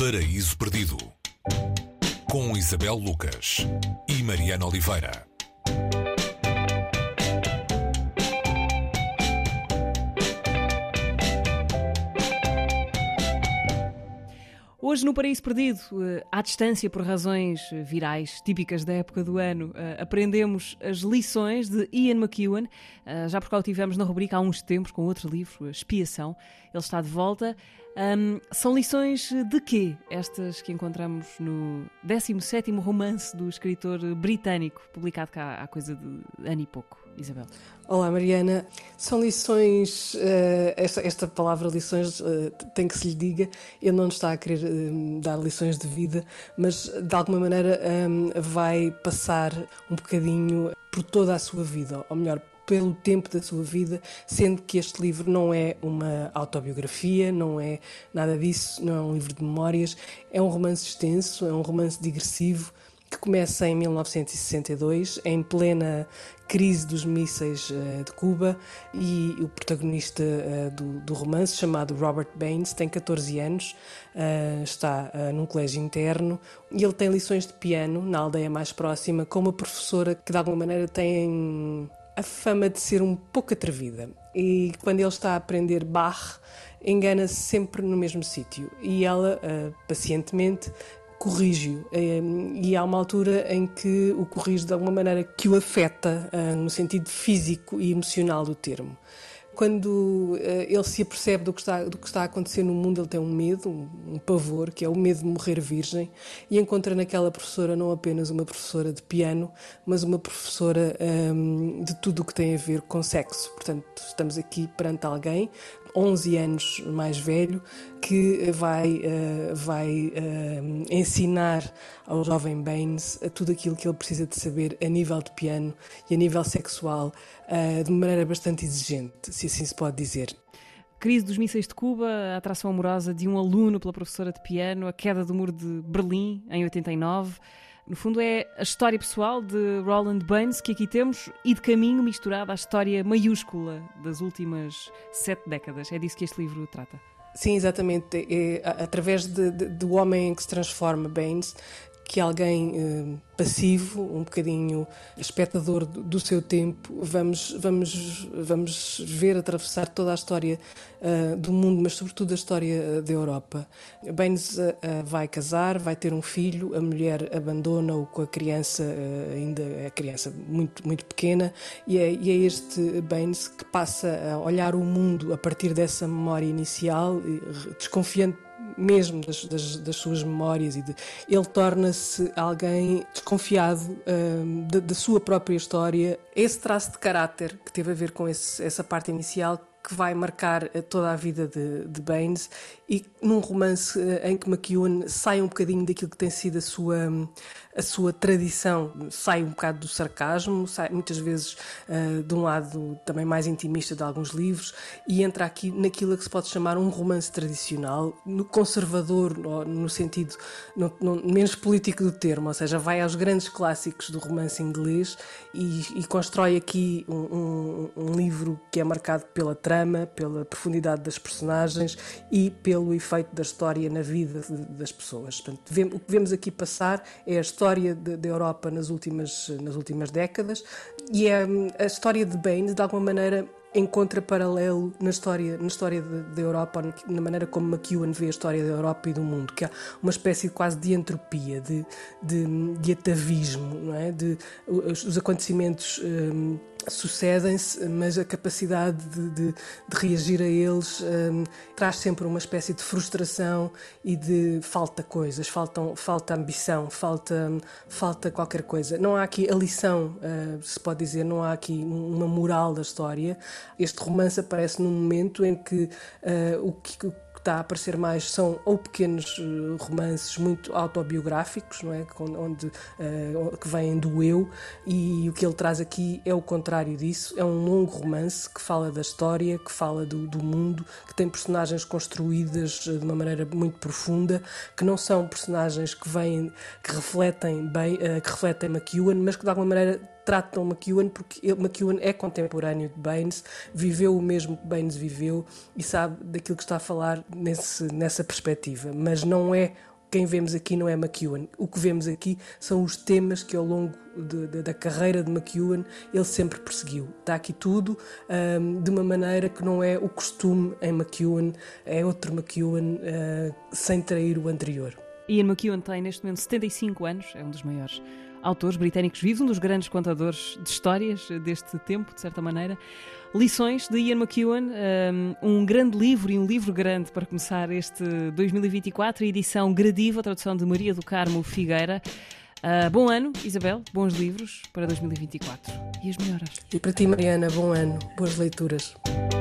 Paraíso Perdido, com Isabel Lucas e Mariana Oliveira. Hoje no Paraíso Perdido, à distância por razões virais típicas da época do ano, aprendemos as lições de Ian McEwan. Já por cá o tivemos na rubrica há uns tempos com outro livro, Expiação. Ele está de volta. São lições de quê? Estas que encontramos no 17º romance do escritor britânico, publicado cá há coisa de ano e pouco. Isabel. Olá, Mariana. São lições, esta palavra lições tem que se lhe diga, ele não está a querer dar lições de vida, mas de alguma maneira vai passar um bocadinho por toda a sua vida, ou melhor, pelo tempo da sua vida, sendo que este livro não é uma autobiografia, não é nada disso, não é um livro de memórias, é um romance extenso, é um romance digressivo, que começa em 1962, em plena crise dos mísseis de Cuba, e o protagonista do romance, chamado Robert Baines, tem 14 anos, está num colégio interno, e ele tem lições de piano na aldeia mais próxima, com uma professora que de alguma maneira tem a fama de ser um pouco atrevida. E quando ele está a aprender Bach, engana-se sempre no mesmo sítio, e ela, pacientemente, corrige-o, e há uma altura em que o corrige de alguma maneira que o afeta no sentido físico e emocional do termo. Quando ele se apercebe do que está a acontecer no mundo, ele tem um medo, um pavor, que é o medo de morrer virgem, e encontra naquela professora não apenas uma professora de piano, mas uma professora de tudo o que tem a ver com sexo. Portanto, estamos aqui perante alguém 11 anos mais velho, que vai ensinar ao jovem Baines tudo aquilo que ele precisa de saber a nível de piano e a nível sexual, de maneira bastante exigente, se assim se pode dizer. Crise dos mísseis de Cuba, a atração amorosa de um aluno pela professora de piano, a queda do muro de Berlim em 89... No fundo é a história pessoal de Roland Baines que aqui temos e de caminho misturada à história maiúscula das últimas 7 décadas. É disso que este livro trata. Sim, exatamente. É através do homem em que se transforma Baines, que é alguém passivo, um bocadinho espectador do seu tempo, vamos ver atravessar toda a história do mundo, mas sobretudo a história da Europa. Baines vai casar, vai ter um filho, a mulher abandona-o com a criança, ainda é criança muito, muito pequena, e é este Baines que passa a olhar o mundo a partir dessa memória inicial, desconfiante mesmo das suas memórias, e ele torna-se alguém desconfiado da sua própria história. Esse traço de caráter que teve a ver com essa parte inicial, que vai marcar toda a vida de Baines, e num romance em que McEwan sai um bocadinho daquilo que tem sido a sua tradição, sai um bocado do sarcasmo, sai muitas vezes de um lado também mais intimista de alguns livros, e entra aqui naquilo que se pode chamar um romance tradicional, no conservador, no sentido menos político do termo, ou seja, vai aos grandes clássicos do romance inglês e constrói aqui um livro que é marcado pela trama, pela profundidade das personagens e pelo efeito da história na vida das pessoas. Portanto, o que vemos aqui passar é a história da Europa nas últimas décadas, e é a história de Baines, de alguma maneira, encontra paralelo na história da Europa, na maneira como McEwan vê a história da Europa e do mundo, que há uma espécie quase de entropia, de atavismo, não é? Os acontecimentos sucedem-se, mas a capacidade de reagir a eles traz sempre uma espécie de frustração e de falta coisas, falta ambição, falta qualquer coisa. Não há aqui a lição, se pode dizer, não há aqui uma moral da história. Este romance aparece num momento em que o que está a aparecer mais são ou pequenos romances muito autobiográficos, não é? Que vêm do eu, e o que ele traz aqui é o contrário disso. É um longo romance que fala da história, que fala do mundo, que tem personagens construídas de uma maneira muito profunda, que não são personagens que refletem McEwan, mas que de alguma maneira tratam McEwan, porque McEwan é contemporâneo de Baines, viveu o mesmo que Baines viveu e sabe daquilo que está a falar nessa perspectiva, mas não é quem vemos aqui não é McEwan. O que vemos aqui são os temas que ao longo da carreira de McEwan ele sempre perseguiu. Está aqui tudo de uma maneira que não é o costume em McEwan, é outro McEwan sem trair o anterior. Ian McEwan tem neste momento 75 anos, é um dos maiores autores britânicos vivos, um dos grandes contadores de histórias deste tempo, de certa maneira. Lições de Ian McEwan, um grande livro e um livro grande para começar este 2024, edição gradiva, a tradução de Maria do Carmo Figueira. Bom ano, Isabel, bons livros para 2024 e as melhoras. E para ti, Mariana, bom ano, boas leituras.